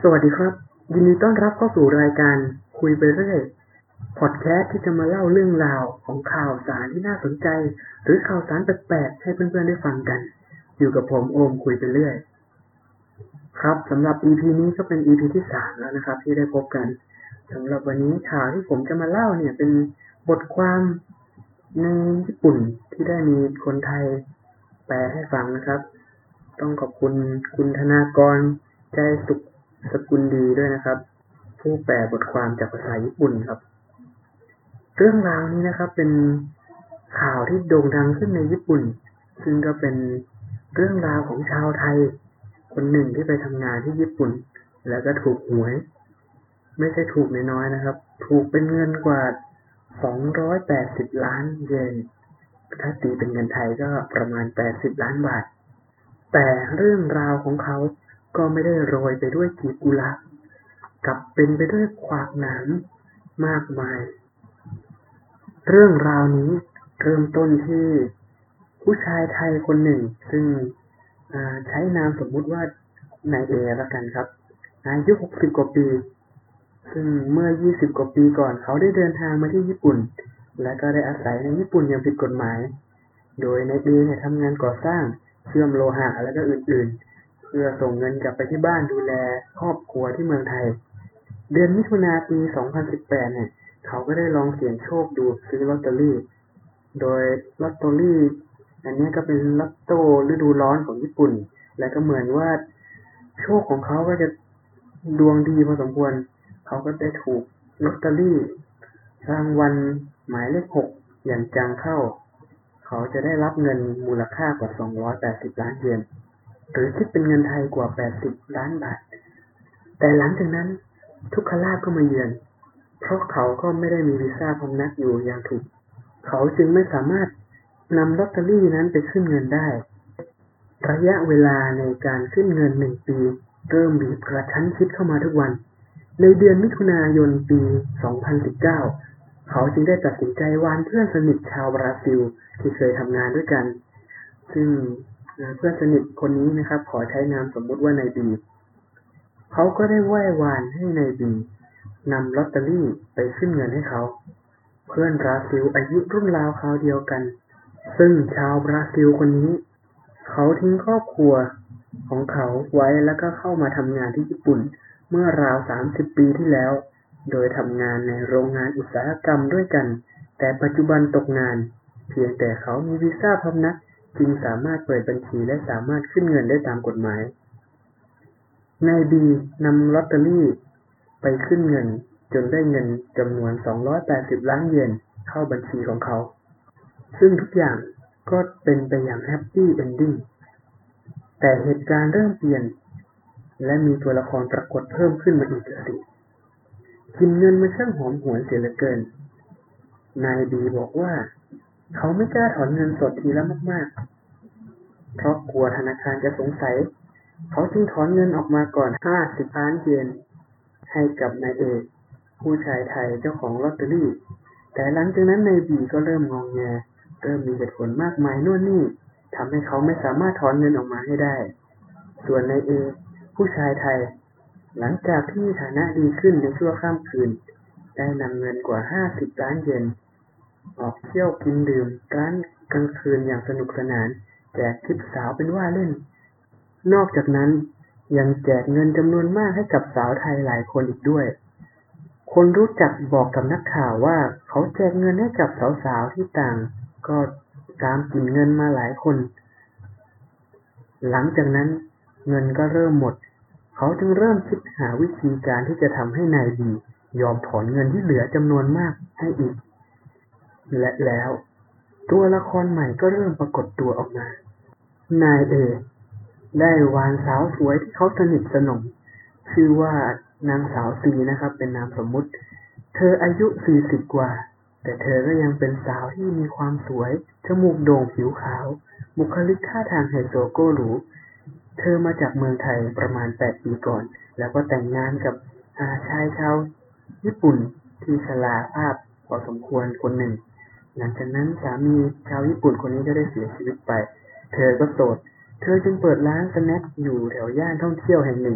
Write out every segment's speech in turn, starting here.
สวัสดีครับยินดีต้อนรับเข้าสู่รายการคุยไปเรื่อยพอดแคสต์ที่จะมาเล่าเรื่องราวของข่าวสารที่น่าสนใจหรือข่าวสารแปลกๆให้เพื่อนๆได้ฟังกันอยู่กับผมโอมคุยไปเรื่อยครับสำหรับ EP นี้ก็เป็น EP ที่3แล้วนะครับที่ได้พบกันสำหรับวันนี้ข่าวที่ผมจะมาเล่าเนี่ยเป็นบทความในญี่ปุ่นที่ได้มีคนไทยแปลให้ฟังนะครับต้องขอบคุณคุณธนากรใจสุขสกุลดีด้วยนะครับผู้แปลบทความจากภาษาญี่ปุ่นครับเรื่องราวนี้นะครับเป็นข่าวที่โด่งดังขึ้นในญี่ปุ่นซึ่งก็เป็นเรื่องราวของชาวไทยคนหนึ่งที่ไปทำงานที่ญี่ปุ่นแล้วก็ถูกหวยไม่ใช่ถูกน้อยๆนะครับถูกเป็นเงินกว่า280ล้านเยนถ้าตีเป็นเงินไทยก็ประมาณ80ล้านบาทแต่เรื่องราวของเขาก็ไม่ได้โรยไปด้วยกลีบกุหลาบกลับเป็นไปด้วยขวากหนามมากมายเรื่องราวนี้เริ่มต้นที่ผู้ชายไทยคนหนึ่งซึ่งใช้นามสมมุติว่านายเอละกันครับอายุ60กว่าปีซึ่งเมื่อ20กว่าปีก่อนเขาได้เดินทางมาที่ญี่ปุ่นและก็ได้อาศัยในญี่ปุ่นอย่างผิดกฎหมายโดยนายเอเนี่ยทำงานก่อสร้างเชื่อมโลหะและก็อื่นๆเพื่อส่งเงินกลับไปที่บ้านดูแลครอบครัวที่เมืองไทยเดือนมิถุนายนปี2018เนี่ยเขาก็ได้ลองเสี่ยงโชคดูซื้อลอตเตอรี่โดยลอตเตอรี่อันนี้ก็เป็นลอตโต้ฤดูร้อนของญี่ปุ่นและก็เหมือนว่าโชคของเขาก็จะดวงดีพอสมควรเขาก็ได้ถูกลอตเตอรี่รางวัลหมายเลข6อย่างจังเข้าเขาจะได้รับเงินมูลค่ากว่า280ล้านเยนหรือคิดเป็นเงินไทยกว่า80ล้านบาทแต่หลังจากนั้นทุกขลาภก็มาเยือนเพราะเขาก็ไม่ได้มีวีซ่าพำนักอยู่อย่างถูกเขาจึงไม่สามารถนำลอตเตอรี่นั้นไปขึ้นเงินได้ระยะเวลาในการขึ้นเงิน1ปีเริ่มบีบกระชั้นชิดเข้ามาทุกวันในเดือนมิถุนายนปี2019เขาจึงได้ตัดสินใจวานเพื่อนสนิทชาวบราซิลที่เคยทำงานด้วยกันซึ่งเพื่อนสนิทคนนี้นะครับขอใช้นามสมมุติว่านายบีเขาก็ได้ไหว้วานให้นายบีนำลอตเตอรี่ไปขึ้นเงินให้เขาเพื่อนบราซิลอายุรุ่นราวคราวเดียวกันซึ่งชาวบราซิลคนนี้เขาทิ้งครอบครัวของเขาไว้แล้วก็เข้ามาทำงานที่ญี่ปุ่นเมื่อราว30ปีที่แล้วโดยทำงานในโรงงานอุตสาหกรรมด้วยกันแต่ปัจจุบันตกงานเพียงแต่เขามีวีซ่าพำนักจึงสามารถเปิดบัญชีและสามารถขึ้นเงินได้ตามกฎหมายนายบีนำลอตเตอรี่ไปขึ้นเงินจนได้เงินจำนวน280ล้านเยนเข้าบัญชีของเขาซึ่งทุกอย่างก็เป็นไปอย่างแฮปปี้เอนดิ้งแต่เหตุการณ์เริ่มเปลี่ยนและมีตัวละครปรากฏเพิ่มขึ้นมาอีกสิกินเงินมันช่างหอมหวนเสียเหลือเกินนายบีบอกว่าเขาไม่กล้าถอนเงินสดทีละมากๆเพราะกลัวธนาคารจะสงสัยเขาจึงถอนเงินออกมาก่อน50ล้านเยนให้กับนายเอผู้ชายไทยเจ้าของลอตเตอรี่แต่หลังจากนั้นนายบีก็เริ่มงอแงเริ่มมีเหตุผลมากมายโน่นนี่ทำให้เขาไม่สามารถถอนเงินออกมาให้ได้ส่วนนายเอผู้ชายไทยหลังจากที่ฐานะดีขึ้นในชั่วข้ามคืนได้นำเงินกว่า50ล้านเยนออกเที่ยวกินดื่มร้านกลางคืนอย่างสนุกสนานแจกทิปสาวเป็นว่าเล่นนอกจากนั้นยังแจกเงินจำนวนมากให้กับสาวไทยหลายคนอีกด้วยคนรู้จักบอกกับนักข่าวว่าเขาแจกเงินให้กับสาวๆที่ต่างก็ตามกินเงินมาหลายคนหลังจากนั้นเงินก็เริ่มหมดเขาจึงเริ่มคิดหาวิธีการที่จะทำให้นายบียอมถอนเงินที่เหลือจำนวนมากให้อีกและแล้วตัวละครใหม่ก็เริ่มปรากฏตัวออกมานายเอได้วานสาวสวยที่เขาสนิทสนมชื่อว่านางสาวซีนะครับเป็นนามสมมุติเธออายุ40กว่าแต่เธอก็ยังเป็นสาวที่มีความสวยจมูกโด่งผิวขาวบุคลิกท่าทางไฮโซโก้หรูเธอมาจากเมืองไทยประมาณ8ปีก่อนแล้วก็แต่งงานกับชายชาวญี่ปุ่นที่ชราภาพพอสมควรคนหนึ่งหลังจากนั้นสามีชาวญี่ปุ่นคนนี้ก็ได้เสียชีวิตไปเธอก็โสดเธอจึงเปิดร้านสแน็คอยู่แถวย่านท่องเที่ยวแห่งหนึ่ง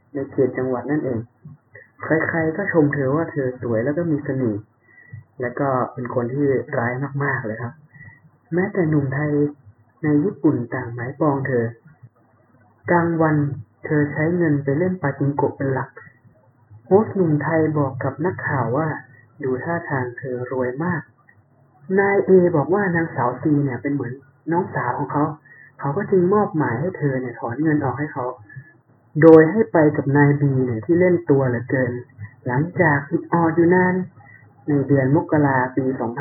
ในเขตจังหวัดนั่นเองใครๆก็ชมเธอว่าเธอสวยแล้วก็มีเสน่ห์และก็เป็นคนที่ร้ายมากๆเลยครับแม้แต่หนุ่มไทยในญี่ปุ่นต่างหมายปองเธอกลางวันเธอใช้เงินไปเล่นปาจิงโกะเป็นหลักโฮสต์หนุ่มไทยบอกกับนักข่าวว่าดูท่าทางเธอรวยมากนายเอบอกว่านางสาวซีเนี่ยเป็นเหมือนน้องสาวของเขาก็จึงมอบหมายให้เธอเนี่ยถอนเงินออกให้เขาโดยให้ไปกับนายบีเนี่ยที่เล่นตัวเหลือเกินหลังจากอิดออดอยู่นานในเดือนมกราปี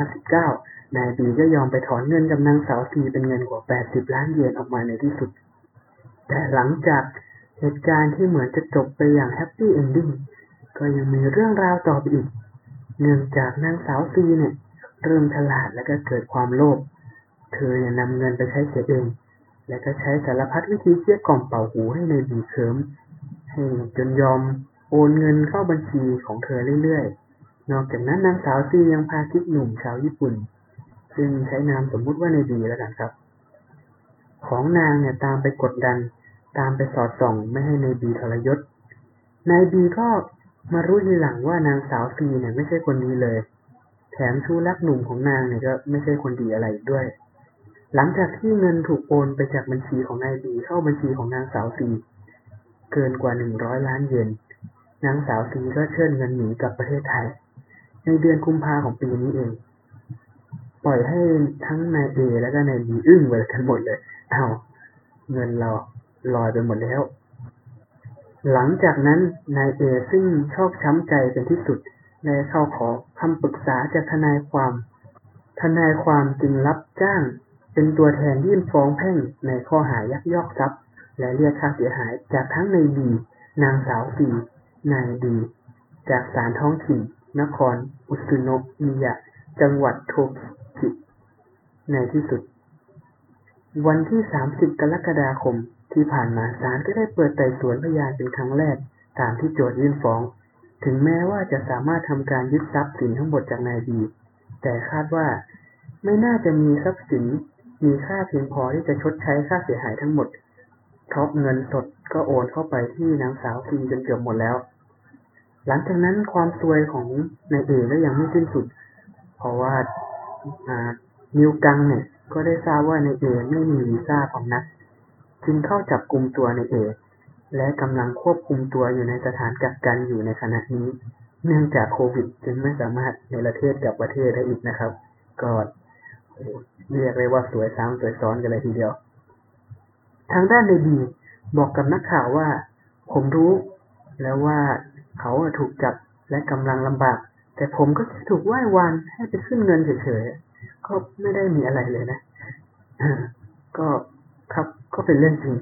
2019 นายบีก็ยอมไปถอนเงินกับนางสาวซีเป็นเงินกว่า80 ล้านเยนออกมาในที่สุดแต่หลังจากเหตุการณ์ที่เหมือนจะจบไปอย่างแฮปปี้เอนดิ้งก็ยังมีเรื่องราวต่อไปอีกเนื่องจากนางสาวซีเนี่ยเริ่มฉลาดและก็เกิดความโลภเธอเนี่ยนำเงินไปใช้เสียเองและก็ใช้สารพัดวิธีเกลี้ยกล่อมเป่าหูให้นายบีเคิมให้จนยอมโอนเงินเข้าบัญชีของเธอเรื่อยๆนอกจากนั้นนางสาวซียังพากิ๊กหนุ่มชาวญี่ปุ่นซึ่งใช้นามสมมุติว่านายบีแล้วกันครับของนางเนี่ยตามไปกดดันตามไปสอดส่องไม่ให้นายบีทรยศนายบีก็มารู้ทีหลังว่านางสาวซีเนี่ยไม่ใช่คนดีเลยแถมชู้รักหนุ่มของนางเนี่ยก็ไม่ใช่คนดีอะไรด้วยหลังจากที่เงินถูกโอนไปจากบัญชีของนายบีเข้าบัญชีของนางสาวซีเกินกว่า100 ล้านเยนนางสาวซีก็เชิญเงินหนีกลับประเทศไทยในเดือนกุมภาพันธ์ของปีนี้เองปล่อยให้ทั้งนายเอและก็นายบีอึ้งไปกันหมดเลยเงินเราลอยไปหมดแล้วหลังจากนั้นนายเอซึ่งชอบช้ำใจเป็นที่สุดได้เข้าขอคำปรึกษาจากทนายความจึงรับจ้างเป็นตัวแทนยื่นฟ้องแพ่งในข้อหายักยอกทรัพย์และเรียกค่าเสียหายจากทั้งนายบีนางสาวซีนายดีจากศาลท้องถิ่นนครอุซุโนะมิยะจังหวัดโทกิในที่สุดวันที่30 กรกฎาคมที่ผ่านมาศาลก็ได้เปิดไต่สวนพยานเป็นครั้งแรกตามที่โจทก์ยื่นฟ้องถึงแม้ว่าจะสามารถทำการยึดทรัพย์สินทั้งหมดจากนายบีแต่คาดว่าไม่น่าจะมีทรัพย์สินมีค่าเพียงพอที่จะชดใช้ค่าเสียหายทั้งหมดเพราะเงินสดก็โอนเข้าไปที่นางสาวซีจนเกือบหมดแล้วหลังจากนั้นความซวยของนายเอก็ยังไม่สิ้นสุดเพราะว่านิวกังเนี่ยก็ได้ทราบว่านายเอไม่มีวีซ่าพำนักจึงเข้าจับกุมตัวนายเอและกำลังควบคุมตัวอยู่ในสถานกักกันอยู่ในขณะนี้เนื่องจากโควิดจึงไม่สามารถในประเทศกับประเทศได้อีกนะครับก็เรียกได้ว่าสวยซ้ำสวยซ้อนกันเลยทีเดียวทางด้านนายบีบอกกับนักข่าวว่าผมรู้แล้วว่าเขาถูกจับและกำลังลำบากแต่ผมก็แค่ถูกไหว้วานให้ไปขึ้นเงินเฉยๆก็ไม่ได้มีอะไรเลยนะก็ครับก็เป็นเรื่องจริง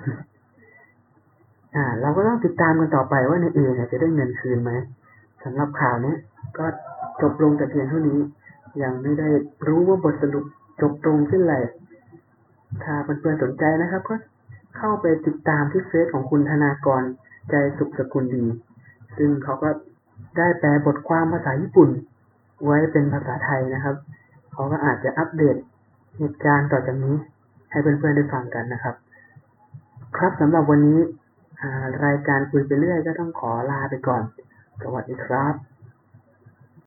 เราก็ต้องติดตามกันต่อไปว่านายเอเนี่ยจะได้เงินคืนไหมสำหรับข่าวนี้ก็จบลงแต่เพียงเท่านี้ยังไม่ได้รู้ว่าบทสรุปจบตรงเช่นไรถ้าเพื่อนๆสนใจนะครับก็เข้าไปติดตามที่เฟซของคุณธนากรใจสุขสกุลดีซึ่งเขาก็ได้แปลบทความภาษาญี่ปุ่นไว้เป็นภาษาไทยนะครับเขาก็อาจจะอัปเดตเหตุการณ์ต่อจากนี้ให้เพื่อนๆได้ฟังกันนะครับครับสำหรับวันนี้รายการคุยไปเรื่อยก็ต้องขอลาไปก่อนสวัสดีครับ